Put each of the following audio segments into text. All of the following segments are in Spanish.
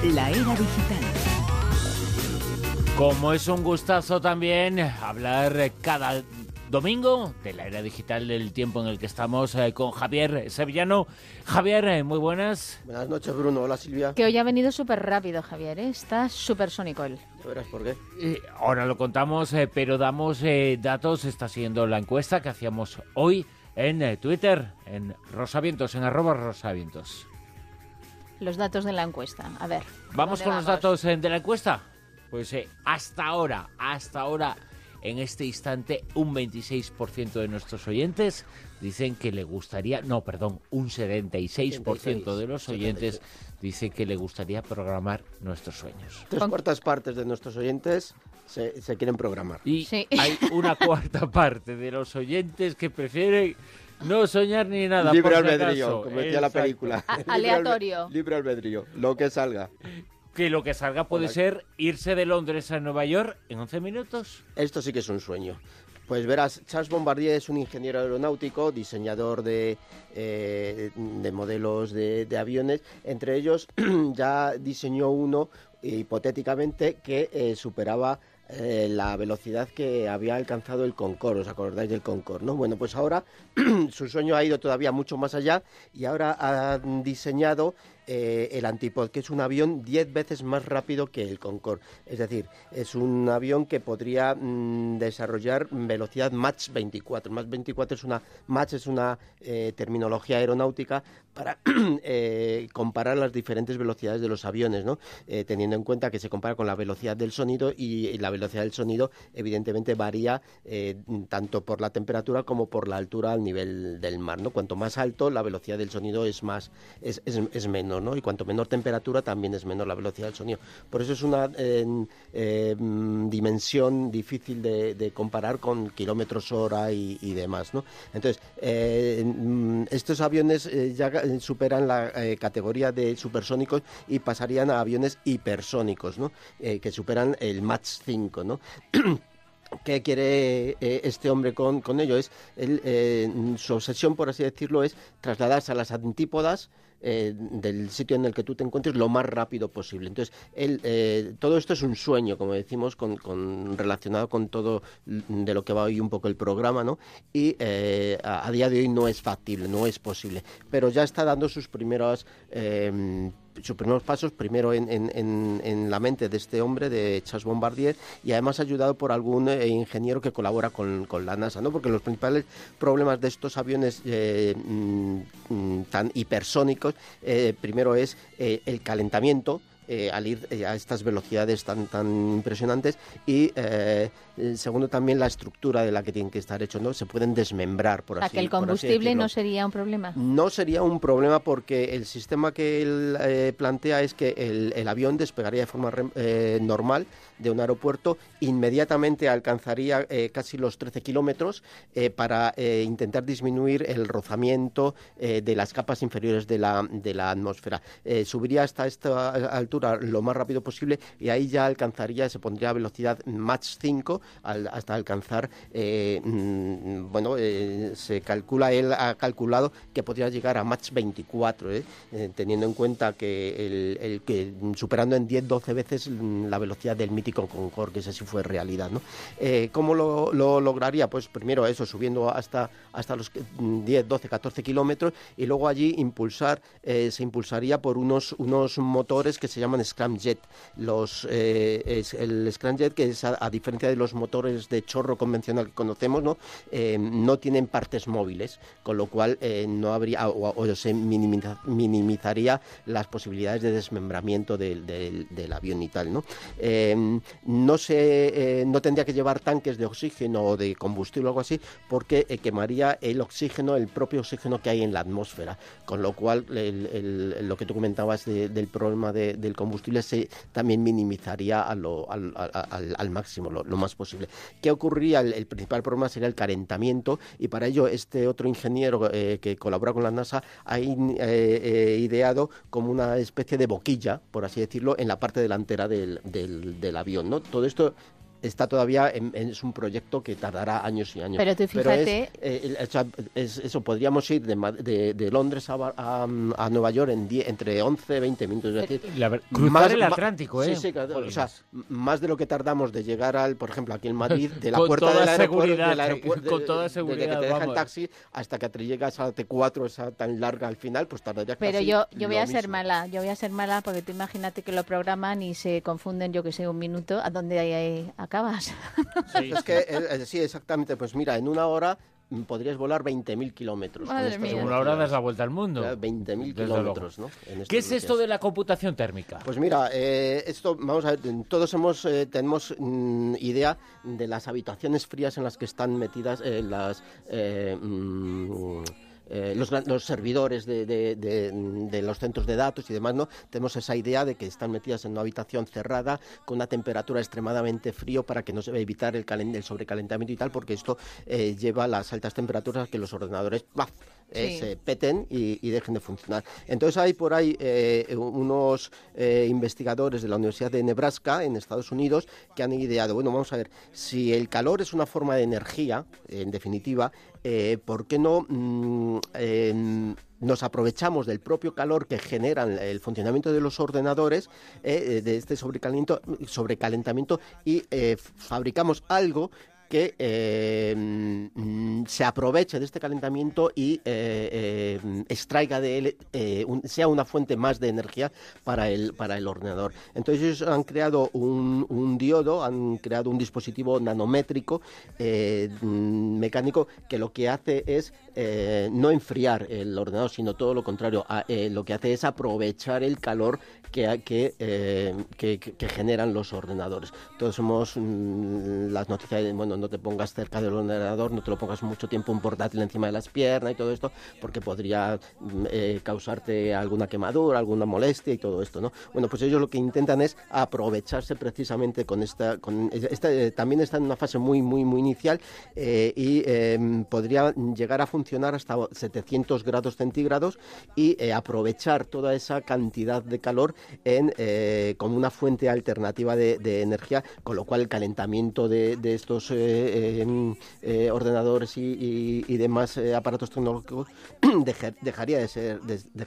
La era digital. Como es un gustazo también hablar cada domingo de la era digital, del tiempo en el que estamos, con Javier Sevillano. Javier, muy buenas. Buenas noches, Bruno. Hola, Silvia. Que hoy ha venido súper rápido, Javier, ¿eh? Está súper sónico él. Ya verás por qué. Ahora lo contamos, pero damos datos. Está siendo la encuesta que hacíamos hoy en Twitter, en Rosavientos, en @Rosavientos. Los datos de la encuesta. A ver. ¿Vamos con los datos de la encuesta? Pues hasta ahora, en este instante, un 26% de nuestros oyentes dicen que le gustaría, un 76% de los oyentes dicen que le gustaría programar nuestros sueños. 3/4 partes de nuestros oyentes se quieren programar. Y Sí. hay una cuarta parte de los oyentes que prefieren no soñar ni nada. Libre por si albedrío, acaso. como decía la Exacto. película. Aleatorio. Libre albedrío, lo que salga. Que lo que salga puede ser irse de Londres a Nueva York en 11 minutos. Esto sí que es un sueño. Pues verás, Charles Bombardier es un ingeniero aeronáutico, diseñador de modelos de aviones. Entre ellos ya diseñó uno, hipotéticamente, que superaba la velocidad que había alcanzado el Concorde. ¿Os acordáis del Concorde, no? Bueno, pues ahora su sueño ha ido todavía mucho más allá y ahora ha diseñado el Antipode, que es un avión 10 veces más rápido que el Concorde. Es decir, es un avión que podría desarrollar velocidad Mach 24. Mach 24 es una terminología aeronáutica para comparar las diferentes velocidades de los aviones, ¿no? Teniendo en cuenta que se compara con la velocidad del sonido y la velocidad del sonido evidentemente varía tanto por la temperatura como por la altura al nivel del mar, ¿no? Cuanto más alto, la velocidad del sonido es menor, ¿no? Y cuanto menor temperatura, también es menor la velocidad del sonido. Por eso es una dimensión difícil de comparar con kilómetros hora y demás, ¿no? Entonces, estos aviones ya superan la categoría de supersónicos y pasarían a aviones hipersónicos, ¿no? Que superan el Mach 5, ¿no? ¿Qué quiere este hombre con ello? Su obsesión, por así decirlo, es trasladarse a las antípodas del sitio en el que tú te encuentres lo más rápido posible. Entonces, todo esto es un sueño, como decimos, relacionado con todo de lo que va hoy un poco el programa, ¿no? Y a día de hoy no es factible, no es posible. Pero ya está dando sus primeros pasos, primero en la mente de este hombre, de Charles Bombardier, y además ayudado por algún ingeniero que colabora con la NASA, ¿no? Porque los principales problemas de estos aviones tan hipersónicos, primero es el calentamiento, al ir a estas velocidades tan impresionantes, y segundo también la estructura de la que tienen que estar hechos, ¿no? Se pueden desmembrar, por así decirlo. O sea, que el combustible no sería un problema. No sería un problema porque el sistema que él plantea es que el avión despegaría de forma normal de un aeropuerto, inmediatamente alcanzaría casi los 13 kilómetros para intentar disminuir el rozamiento de las capas inferiores de la atmósfera. Subiría hasta esta altura lo más rápido posible y ahí ya se pondría a velocidad Mach 5 hasta alcanzar, él ha calculado que podría llegar a Mach 24, teniendo en cuenta que superando en 10-12 veces la velocidad del mítico Concorde, que ese sí fue realidad, ¿no? ¿Cómo lo lograría? Pues primero eso, subiendo hasta los 10, 12, 14 kilómetros, y luego allí se impulsaría por unos motores que se llaman scramjet. El scramjet, que es a diferencia de los motores de chorro convencional que conocemos, ¿no? No tienen partes móviles, con lo cual no habría o se minimizaría las posibilidades de desmembramiento del avión y tal, ¿no? No tendría que llevar tanques de oxígeno o de combustible o algo así, porque quemaría el propio oxígeno que hay en la atmósfera, con lo cual lo que tú comentabas del problema del combustible se también minimizaría al máximo, lo más posible. ¿Qué ocurriría? El principal problema sería el calentamiento, y para ello este otro ingeniero que colabora con la NASA ha ideado como una especie de boquilla, por así decirlo, en la parte delantera del avión, ¿no? Todo esto está todavía es un proyecto que tardará años y años. Pero tú fíjate... eso, podríamos ir de Londres a Nueva York entre 11 y 20 minutos. Es decir, cruzar el Atlántico, ¿eh? Sí, claro, o sea, más de lo que tardamos de llegar por ejemplo, aquí en Madrid, de la puerta del aeropuerto, con toda seguridad, desde que te deja el taxi hasta que te llegas a T4, esa tan larga al final, pues tardaría casi. Pero yo voy a ser mala, porque tú imagínate que lo programan y se confunden, yo que sé, un minuto, ¿a dónde acabas? Sí, es que, sí, exactamente, pues mira, en una hora podrías volar 20.000 kilómetros. En una hora das la vuelta al mundo. 20.000 kilómetros, ¿no? ¿Qué es esto de la computación térmica? Pues mira, esto, vamos a ver, todos tenemos idea de las habitaciones frías en las que están metidas los servidores de los centros de datos y demás, ¿no? Tenemos esa idea de que están metidas en una habitación cerrada con una temperatura extremadamente frío para que no se evitar el sobrecalentamiento y tal, porque esto lleva a las altas temperaturas a que los ordenadores se peten y dejen de funcionar. Entonces hay por ahí unos investigadores de la Universidad de Nebraska en Estados Unidos que han ideado, bueno, vamos a ver, si el calor es una forma de energía, en definitiva, ¿por qué no nos aprovechamos del propio calor que generan el funcionamiento de los ordenadores, de este sobrecalentamiento y fabricamos algo que se aproveche de este calentamiento y extraiga de él, sea una fuente más de energía para el ordenador. Entonces ellos han creado un diodo, han creado un dispositivo nanométrico mecánico que lo que hace es no enfriar el ordenador, sino todo lo contrario, lo que hace es aprovechar el calor que generan los ordenadores. Todos somos las noticias de, bueno, no te pongas cerca del ordenador, no te lo pongas mucho tiempo un portátil encima de las piernas y todo esto, porque podría causarte alguna quemadura, alguna molestia y todo esto, ¿no? Bueno, pues ellos lo que intentan es aprovecharse precisamente con esta también está en una fase muy inicial y podría llegar a funcionar hasta 700 grados centígrados y aprovechar toda esa cantidad de calor como una fuente alternativa de energía, con lo cual el calentamiento de estos ordenadores y demás aparatos tecnológicos dejaría de ser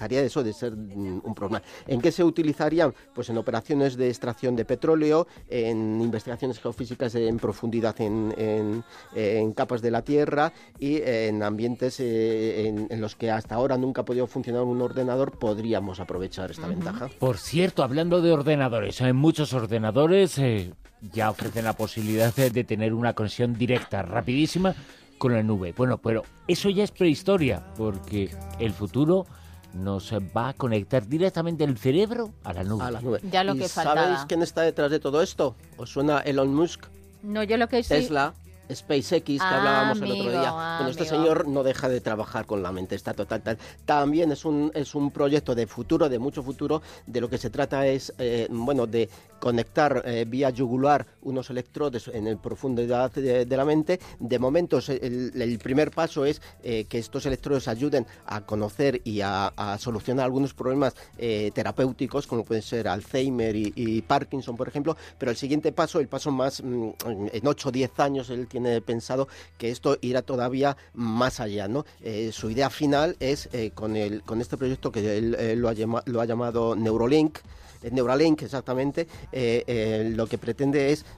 un problema. ¿En qué se utilizarían? Pues en operaciones de extracción de petróleo, en investigaciones geofísicas en profundidad en capas de la Tierra y en ambientes en los que hasta ahora nunca ha podido funcionar un ordenador. Podríamos aprovechar esta ventaja. Por cierto, hablando de ordenadores, hay muchos ordenadores ya ofrecen la posibilidad de tener una conexión directa, rapidísima, con la nube. Bueno, pero eso ya es prehistoria, porque el futuro nos va a conectar directamente el cerebro a la nube. Ya lo que faltaba. ¿Sabéis quién está detrás de todo esto? ¿Os suena Elon Musk? No, yo lo que sí... Tesla, SpaceX, que hablábamos el otro día. Bueno, este señor no deja de trabajar con la mente, está total. También es un proyecto de futuro, de mucho futuro. De lo que se trata es, de conectar vía yugular unos electrodos en el profundidad de la mente. De momento, el primer paso es que estos electrodos ayuden a conocer y a solucionar algunos problemas terapéuticos, como pueden ser Alzheimer y Parkinson, por ejemplo. Pero el siguiente paso, el paso más, en 8 o 10 años, él tiene pensado que esto irá todavía más allá, ¿no? Su idea final es, con este proyecto que él lo ha llamado Neuralink exactamente, lo que pretende es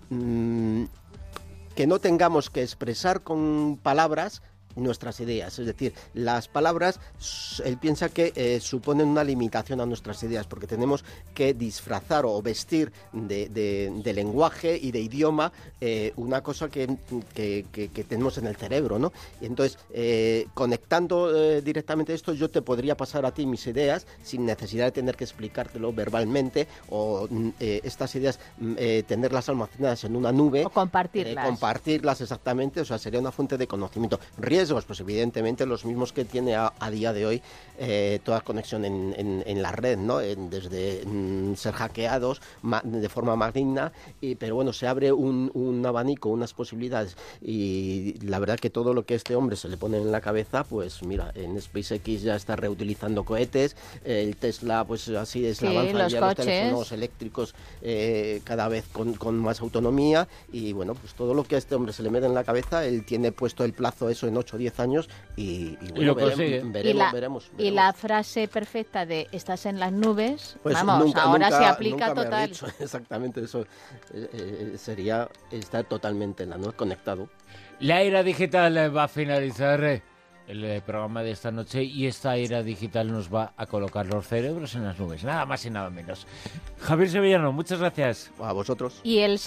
que no tengamos que expresar con palabras nuestras ideas, es decir, las palabras, él piensa que suponen una limitación a nuestras ideas, porque tenemos que disfrazar o vestir de lenguaje y de idioma una cosa que tenemos en el cerebro, ¿no? Y entonces, conectando directamente esto, yo te podría pasar a ti mis ideas sin necesidad de tener que explicártelo verbalmente, o estas ideas tenerlas almacenadas en una nube, o compartirlas. Compartirlas exactamente, o sea, sería una fuente de conocimiento. Riesgo riesgos? Pues evidentemente los mismos que tiene a día de hoy toda conexión en la red, ¿no? Desde ser hackeados de forma maligna, pero bueno, se abre un abanico, unas posibilidades, y la verdad que todo lo que este hombre se le pone en la cabeza, pues mira, en SpaceX ya está reutilizando cohetes, el Tesla, pues así es, la avanza ya los teléfonos eléctricos cada vez con más autonomía, y bueno, pues todo lo que a este hombre se le mete en la cabeza, él tiene puesto el plazo eso en 8 o 10 años, y bueno, veremos. Y la frase perfecta de estás en las nubes, pues vamos, ahora se aplica total. Exactamente, eso sería estar totalmente en la nube, conectado. La era digital va a finalizar el programa de esta noche, y esta era digital nos va a colocar los cerebros en las nubes, nada más y nada menos. Javier Sevillano, muchas gracias. A vosotros. Y el